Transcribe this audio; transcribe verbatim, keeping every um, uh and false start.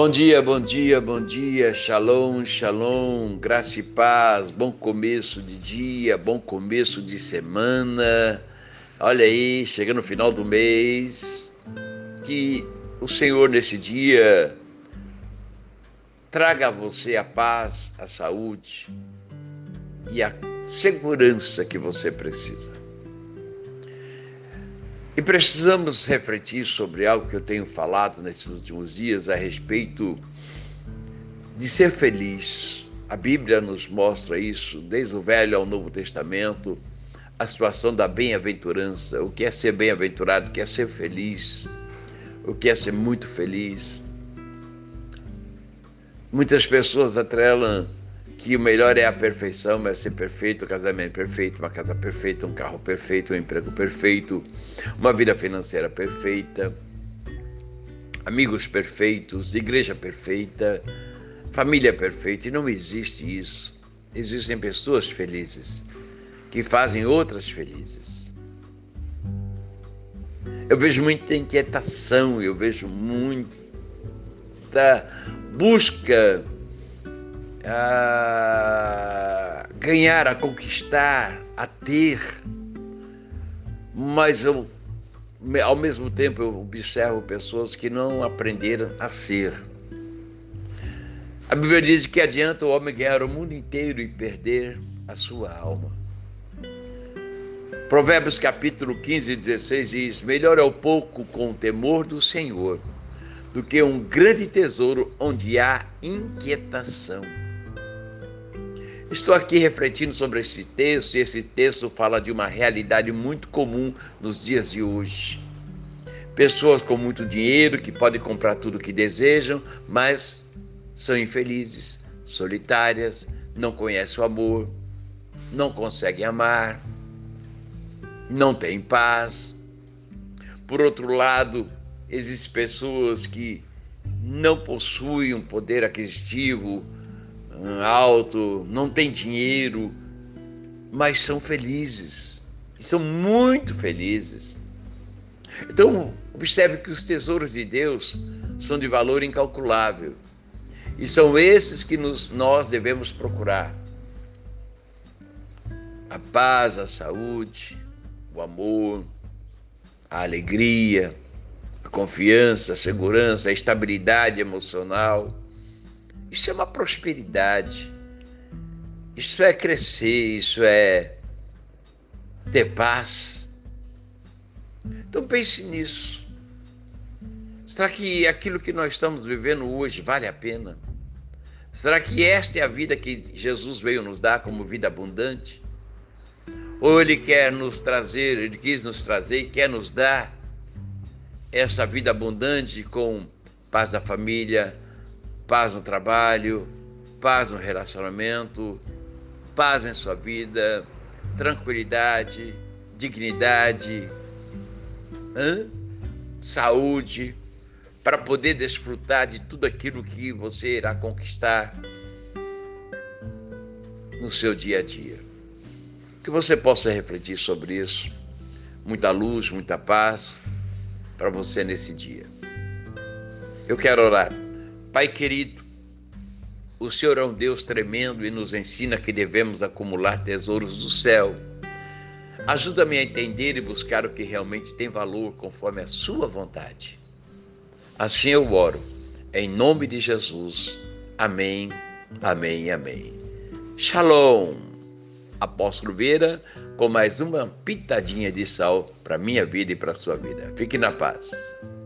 Bom dia, bom dia, bom dia, shalom, shalom, graça e paz, bom começo de dia, bom começo de semana. Olha aí, chegando no final do mês, que o Senhor nesse dia traga a você a paz, a saúde e a segurança que você precisa. E precisamos refletir sobre algo que eu tenho falado nesses últimos dias a respeito de ser feliz. A Bíblia nos mostra isso, desde o Velho ao Novo Testamento, a situação da bem-aventurança, o que é ser bem-aventurado, o que é ser feliz, o que é ser muito feliz. Muitas pessoas atrelam que o melhor é a perfeição, é ser perfeito, o casamento perfeito, uma casa perfeita, um carro perfeito, um emprego perfeito, uma vida financeira perfeita, amigos perfeitos, igreja perfeita, família perfeita, e não existe isso. Existem pessoas felizes que fazem outras felizes. Eu vejo muita inquietação, eu vejo muita busca a ganhar, a conquistar, a ter, mas eu, ao mesmo tempo eu observo pessoas que não aprenderam a ser. A Bíblia diz que adianta o homem ganhar o mundo inteiro e perder a sua alma. Provérbios capítulo quinze, dezesseis diz: melhor é o pouco com o temor do Senhor do que um grande tesouro onde há inquietação. Estou aqui refletindo sobre esse texto, e esse texto fala de uma realidade muito comum nos dias de hoje. Pessoas com muito dinheiro que podem comprar tudo o que desejam, mas são infelizes, solitárias, não conhecem o amor, não conseguem amar, não têm paz. Por outro lado, existem pessoas que não possuem um poder aquisitivo alto, não têm dinheiro, mas são felizes, e são muito felizes. Então, observe que os tesouros de Deus são de valor incalculável, e são esses que nos, nós devemos procurar. A paz, a saúde, o amor, a alegria, a confiança, a segurança, a estabilidade emocional. Isso é uma prosperidade, isso é crescer, isso é ter paz. Então pense nisso. Será que aquilo que nós estamos vivendo hoje vale a pena? Será que esta é a vida que Jesus veio nos dar como vida abundante? Ou Ele quer nos trazer, Ele quis nos trazer e quer nos dar essa vida abundante com paz da família, paz no trabalho, paz no relacionamento, paz em sua vida, tranquilidade, dignidade, hein? Saúde, para poder desfrutar de tudo aquilo que você irá conquistar no seu dia a dia. Que você possa refletir sobre isso. Muita luz, muita paz para você nesse dia. Eu quero orar. Pai querido, o Senhor é um Deus tremendo e nos ensina que devemos acumular tesouros do céu. Ajuda-me a entender e buscar o que realmente tem valor conforme a sua vontade. Assim eu oro, em nome de Jesus. Amém, amém, amém. Shalom, Apóstolo Vera, com mais uma pitadinha de sal para a minha vida e para a sua vida. Fique na paz.